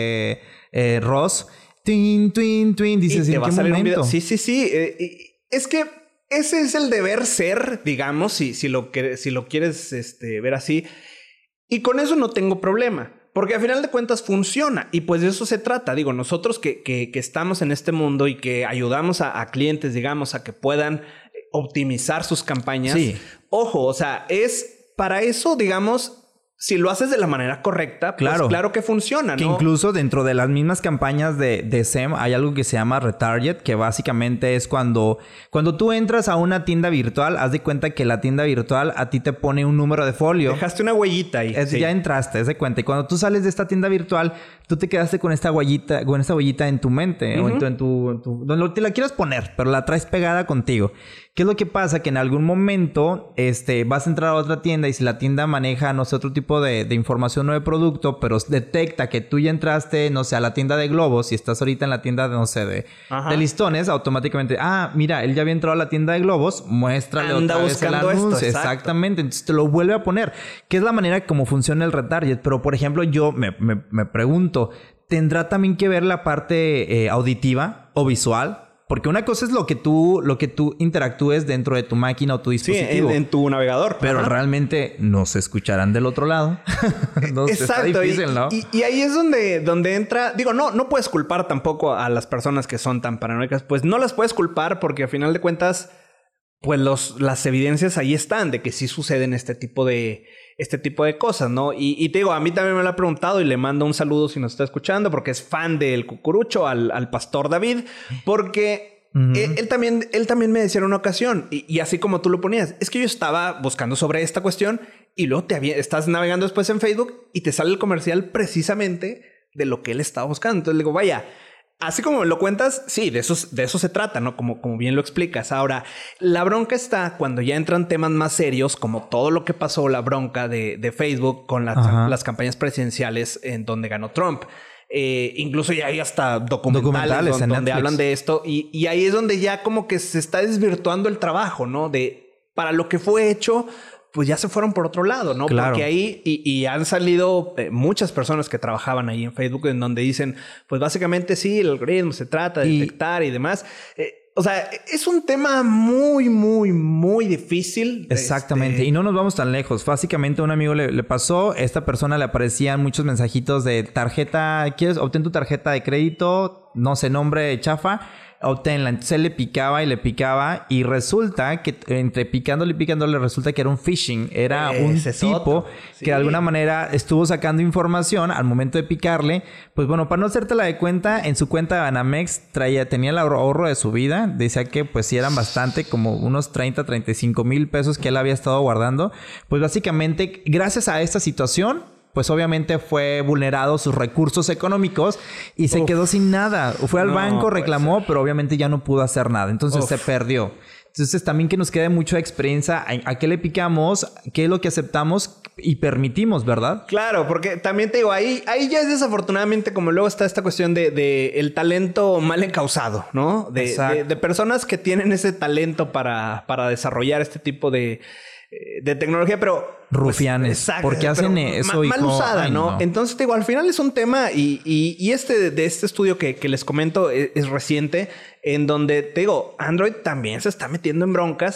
Ross. Twin, twin, twin. Dices, Y te ¿en va qué a salir un momento? video. Sí, sí, sí. Es que ese es el deber ser, digamos, si lo quieres ver así. Y con eso no tengo problema. Porque al final de cuentas funciona. Y pues de eso se trata. Digo, nosotros que estamos en este mundo y que ayudamos a clientes, digamos, a que puedan optimizar sus campañas. Sí. Ojo, o sea, es para eso, digamos, si lo haces de la manera correcta, Claro. pues claro que funciona, Que ¿no? incluso dentro de las mismas campañas de SEM hay algo que se llama retarget, que básicamente es cuando tú entras a una tienda virtual, haz de cuenta que la tienda virtual a ti te pone un número de folio. Dejaste una huellita ahí. Sí. Ya entraste, haz de cuenta. Y cuando tú sales de esta tienda virtual, tú te quedaste con esta huellita en tu mente o en tu donde te la quieras poner, pero la traes pegada contigo. ¿Qué es lo que pasa? Que en algún momento vas a entrar a otra tienda y si la tienda maneja, no sé, otro tipo de información o de producto, pero detecta que tú ya entraste, no sé, a la tienda de globos y estás ahorita en la tienda, no sé, de listones, automáticamente, mira, él ya había entrado a la tienda de globos, muéstrale Anda otra vez el buscando esto, anuncio. exacto. Exactamente. Entonces te lo vuelve a poner. Que es la manera como funciona el retarget. Pero, por ejemplo, yo me pregunto, ¿tendrá también que ver la parte auditiva o visual? Porque una cosa es lo que tú interactúes dentro de tu máquina o tu Sí, dispositivo. en tu navegador. Pero Ajá. realmente no se escucharán del otro lado. No, Exacto. Está difícil, ¿no? Y ahí es donde entra... Digo, no puedes culpar tampoco a las personas que son tan paranoicas. Pues no las puedes culpar porque al final de cuentas, pues las evidencias ahí están de que sí suceden este tipo de cosas, ¿no? Y te digo, a mí también me lo ha preguntado y le mando un saludo si nos está escuchando porque es fan del Cucurucho, al pastor David, porque él también me decía en una ocasión, y así como tú lo ponías, es que yo estaba buscando sobre esta cuestión y luego estás navegando después en Facebook y te sale el comercial precisamente de lo que él estaba buscando. Entonces le digo, vaya, así como lo cuentas, sí, de eso se trata, ¿no? Como bien lo explicas. Ahora, la bronca está cuando ya entran temas más serios, como todo lo que pasó, la bronca de Facebook con las campañas presidenciales en donde ganó Trump. Incluso ya hay hasta documentales en donde Netflix. hablan de esto. Y ahí es donde ya como que se está desvirtuando el trabajo, ¿no? Para lo que fue hecho, pues ya se fueron por otro lado, ¿no? Claro. Porque ahí, y han salido muchas personas que trabajaban ahí en Facebook en donde dicen, pues básicamente sí, el algoritmo se trata de detectar y demás. O sea, es un tema muy, muy, muy difícil. Exactamente. Y no nos vamos tan lejos. Básicamente a un amigo le pasó. A esta persona le aparecían muchos mensajitos de tarjeta. ¿Quieres? Obtén tu tarjeta de crédito. No sé, nombre chafa. Obténla. Entonces él le picaba y resulta que entre picándole y picándole resulta que era un phishing. Era un tipo que de alguna manera estuvo sacando información al momento de picarle. Pues bueno, para no hacértela de cuenta, en su cuenta de Banamex tenía el ahorro de su vida. Decía que pues sí eran bastante, como unos 35 mil pesos que él había estado guardando. Pues básicamente, gracias a esta situación, pues obviamente fue vulnerado sus recursos económicos y se quedó sin nada. Fue al banco, reclamó, pero obviamente ya no pudo hacer nada. Entonces se perdió. Entonces también que nos quede mucha experiencia a qué le picamos, qué es lo que aceptamos y permitimos, ¿verdad? Claro, porque también te digo, ahí ya es desafortunadamente como luego está esta cuestión de el talento mal encausado, ¿no? De personas que tienen ese talento para desarrollar este tipo de tecnología, pero... Rufianes. Pues, exacto, ¿Por qué hacen eso? Mal usada, Ay, ¿no? Entonces, te digo, al final es un tema y de este estudio que les comento es reciente, en donde, te digo, Android también se está metiendo en broncas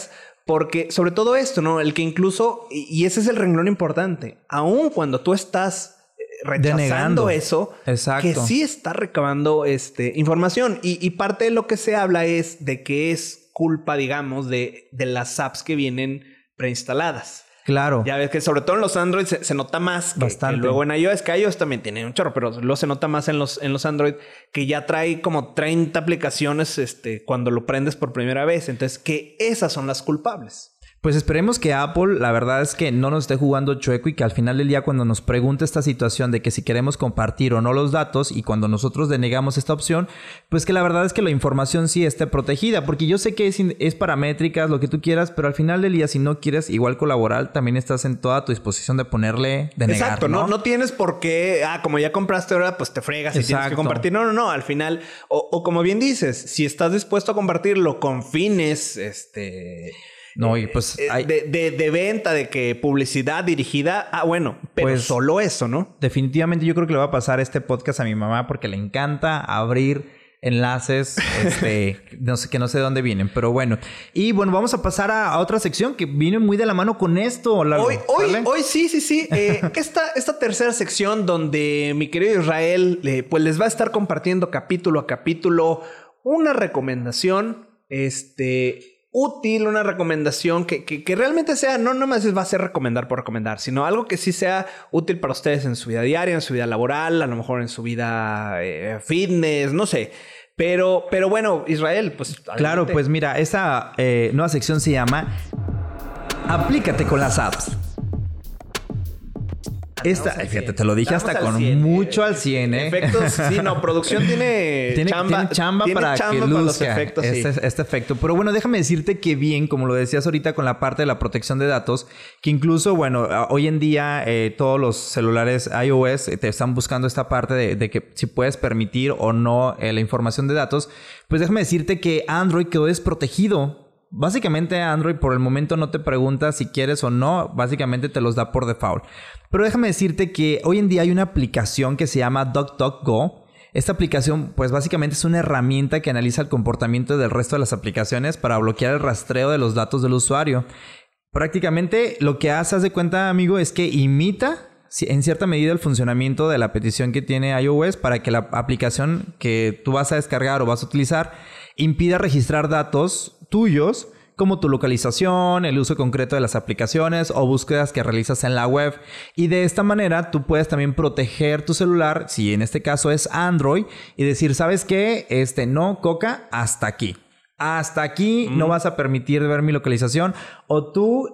Porque sobre todo esto, ¿no? El que incluso, y ese es el renglón importante, aun cuando tú estás rechazando denegando eso, exacto, que sí está recabando información. Y parte de lo que se habla es de que es culpa, digamos, de las apps que vienen preinstaladas. Claro. Ya ves que sobre todo en los Android se nota más que luego en iOS, que iOS también tiene un chorro, pero luego se nota más en los Android, que ya trae como 30 aplicaciones cuando lo prendes por primera vez. Entonces, que esas son las culpables. Pues esperemos que Apple, la verdad es que no nos esté jugando chueco y que al final del día cuando nos pregunte esta situación de que si queremos compartir o no los datos y cuando nosotros denegamos esta opción, pues que la verdad es que la información sí esté protegida, porque yo sé que es para métricas, lo que tú quieras, pero al final del día si no quieres igual colaborar, también estás en toda tu disposición de ponerle, denegar. Exacto, no tienes por qué, como ya compraste ahora, pues te fregas y tienes que compartir. No, al final, o como bien dices, si estás dispuesto a compartirlo con fines, no, y pues de venta, de que publicidad dirigida. Bueno, pero pues, solo eso, ¿no? Definitivamente yo creo que le va a pasar este podcast a mi mamá porque le encanta abrir enlaces, no sé de dónde vienen, pero bueno. Y bueno, vamos a pasar a otra sección que viene muy de la mano con esto. Lalo. Hoy sí. Esta tercera sección donde mi querido Israel pues les va a estar compartiendo capítulo a capítulo una recomendación, útil, una recomendación que realmente sea, no nomás va a ser recomendar por recomendar, sino algo que sí sea útil para ustedes en su vida diaria, en su vida laboral, a lo mejor en su vida fitness, no sé. Pero bueno, Israel, pues... Claro, adelante. Pues mira, esta nueva sección se llama Aplícate con las apps. Fíjate, te lo dije hasta con 100, mucho al 100, ¿eh? Efectos, sí, no, producción tiene chamba para que luzca los efectos, este efecto. Pero bueno, déjame decirte que bien, como lo decías ahorita con la parte de la protección de datos, que incluso, bueno, hoy en día todos los celulares iOS te están buscando esta parte de que si puedes permitir o no la información de datos, pues déjame decirte que Android quedó desprotegido. Básicamente Android por el momento no te pregunta si quieres o no, básicamente te los da por default. Pero déjame decirte que hoy en día hay una aplicación que se llama DuckDuckGo. Esta aplicación pues básicamente es una herramienta que analiza el comportamiento del resto de las aplicaciones para bloquear el rastreo de los datos del usuario. Prácticamente lo que hace, haz de cuenta, amigo, es que imita en cierta medida el funcionamiento de la petición que tiene iOS para que la aplicación que tú vas a descargar o vas a utilizar impida registrar datos tuyos como tu localización, el uso concreto de las aplicaciones o búsquedas que realizas en la web. Y de esta manera tú puedes también proteger tu celular, si en este caso es Android, y decir, ¿sabes qué? No, Coca, hasta aquí. Hasta aquí no vas a permitir ver mi localización. O tú,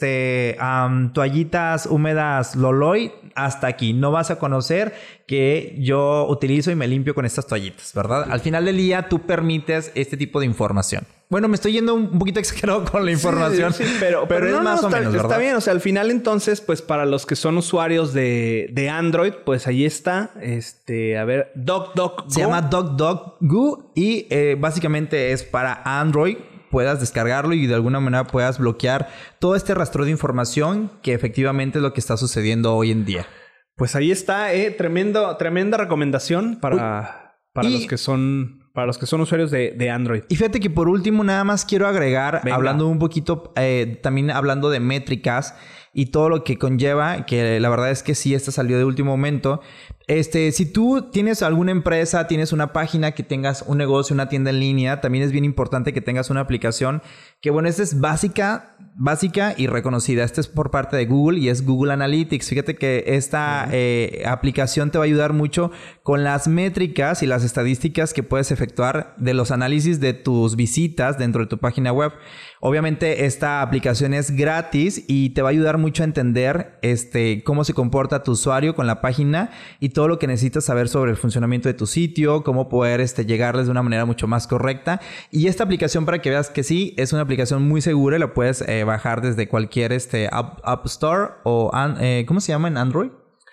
toallitas húmedas Loloy, hasta aquí. No vas a conocer que yo utilizo y me limpio con estas toallitas, ¿verdad? Al final del día, tú permites este tipo de información. Bueno, me estoy yendo un poquito exagerado con la información. Sí, pero es más o menos, ¿verdad? Está bien. O sea, al final entonces, pues para los que son usuarios de Android, pues ahí está. A ver, DuckDuckGo. Se llama DuckDuckGo y básicamente es para Android. Puedas descargarlo y de alguna manera puedas bloquear todo este rastreo de información que efectivamente es lo que está sucediendo hoy en día. Pues ahí está, tremenda recomendación para los que son usuarios de Android. Y fíjate que por último nada más quiero agregar, hablando un poquito, también hablando de métricas y todo lo que conlleva, que la verdad es que sí, esta salió de último momento. Si tú tienes alguna empresa, tienes una página, que tengas un negocio, una tienda en línea, también es bien importante que tengas una aplicación que, bueno, esta es básica y reconocida. Esta es por parte de Google y es Google Analytics. Fíjate que esta aplicación te va a ayudar mucho con las métricas y las estadísticas que puedes efectuar de los análisis de tus visitas dentro de tu página web. Obviamente esta aplicación es gratis y te va a ayudar mucho a entender cómo se comporta tu usuario con la página y todo lo que necesitas saber sobre el funcionamiento de tu sitio, cómo poder llegarles de una manera mucho más correcta. Y esta aplicación, para que veas que sí, es una aplicación muy segura y la puedes bajar desde cualquier App Store o ¿cómo se llama en Android?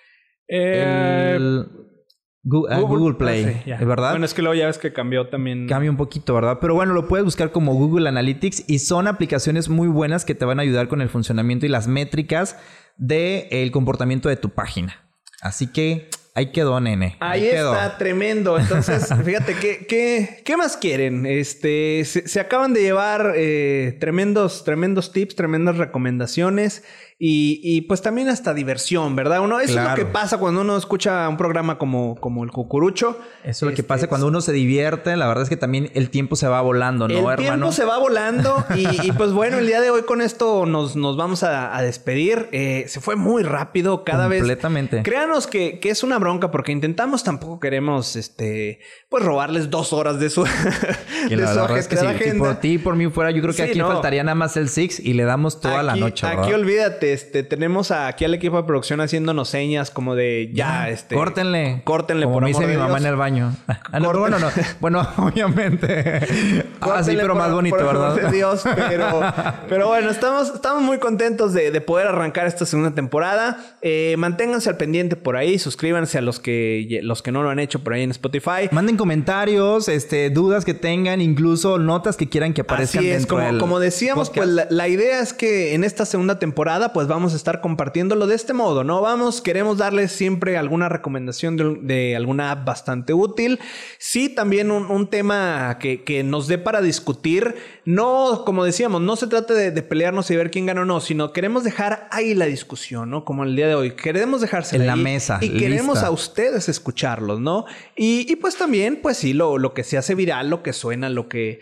Google Play, ¿verdad? Bueno, es que luego ya ves que cambió también. Cambia un poquito, ¿verdad? Pero bueno, lo puedes buscar como Google Analytics y son aplicaciones muy buenas que te van a ayudar con el funcionamiento y las métricas del comportamiento de tu página. Así que Ahí quedó, nene. Ahí está, tremendo. Entonces, fíjate, ¿qué más quieren? Se acaban de llevar tremendos tips, tremendas recomendaciones y pues también hasta diversión, ¿verdad? Eso es lo que pasa cuando uno escucha un programa como El Cucurucho. Eso es lo que pasa cuando uno se divierte. La verdad es que también el tiempo se va volando, ¿no, hermano? El tiempo se va volando y pues bueno, el día de hoy con esto nos vamos a despedir. Se fue muy rápido cada vez. Completamente. Créanos que es una bronca porque tampoco queremos pues robarles 2 horas de su que la verdad es que si por ti y por mí fuera, yo creo que aquí faltaría nada más el Six y le damos toda la noche, ¿verdad? Aquí olvídate, tenemos aquí al equipo de producción haciéndonos señas como de córtenle como por dice mi mamá en el baño. Bueno, obviamente. Sí, pero más bonito, ¿verdad? De Dios, pero bueno, estamos muy contentos de poder arrancar esta segunda temporada. Manténganse al pendiente por ahí, suscríbanse a los que no lo han hecho por ahí en Spotify. Manden comentarios, dudas que tengan, incluso notas que quieran que aparezcan dentro del como decíamos, podcast. pues la idea es que en esta segunda temporada pues vamos a estar compartiéndolo de este modo, ¿no? Queremos darles siempre alguna recomendación de alguna app bastante útil. Sí, también un tema que nos dé para discutir. No, como decíamos, no se trata de pelearnos y ver quién gana o no, sino queremos dejar ahí la discusión, ¿no? Como el día de hoy. Queremos dejársela en la ahí mesa. Y queremos lista. A ustedes escucharlos, ¿no? Y pues también, pues sí, lo que se hace viral, lo que suena, lo que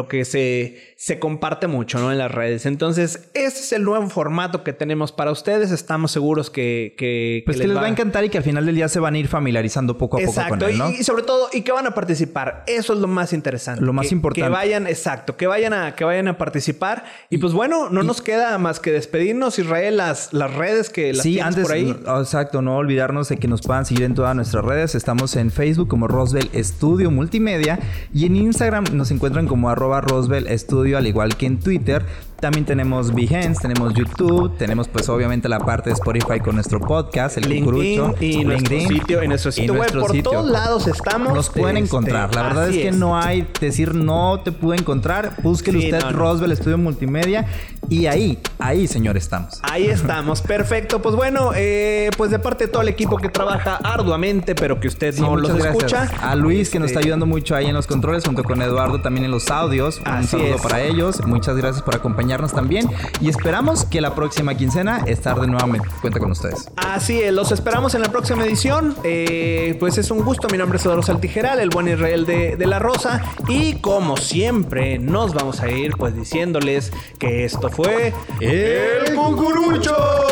se comparte mucho, ¿no? En las redes. Entonces, ese es el nuevo formato que tenemos para ustedes. Estamos seguros que les va a encantar y que al final del día se van a ir familiarizando poco a poco con él, ¿no? Y sobre todo, y que van a participar. Eso es lo más interesante. Lo más importante. Que vayan a participar. Y pues bueno, no nos queda más que despedirnos, Israel, las redes que las tienes antes, por ahí. Exacto, no olvidarnos de que nos puedan seguir en todas nuestras redes. Estamos en Facebook como Roswell Studio Multimedia y en Instagram nos encuentran como @Roswell Studio, al igual que en Twitter. También tenemos Behance, tenemos YouTube, tenemos pues obviamente la parte de Spotify con nuestro podcast, El Cucurucho, y nuestro sitio web. Por todos lados estamos. Nos pueden encontrar. La verdad es que no hay decir no te pude encontrar. Búsquelo usted Roswell Studio Multimedia y ahí, señor, estamos. Ahí estamos. Perfecto. Pues bueno, pues de parte de todo el equipo que trabaja arduamente, pero que usted no los escucha. A Luis, que nos está ayudando mucho ahí en los controles, junto con Eduardo también en los audios. Un saludo para ellos. Muchas gracias por acompañarnos también y esperamos que la próxima quincena estar de nuevamente cuenta con ustedes. Así es, los esperamos en la próxima edición. Pues es un gusto. Mi nombre es Eduardo Saltijeral, el buen Israel de la Rosa, y como siempre nos vamos a ir pues diciéndoles que esto fue El Cucurucho.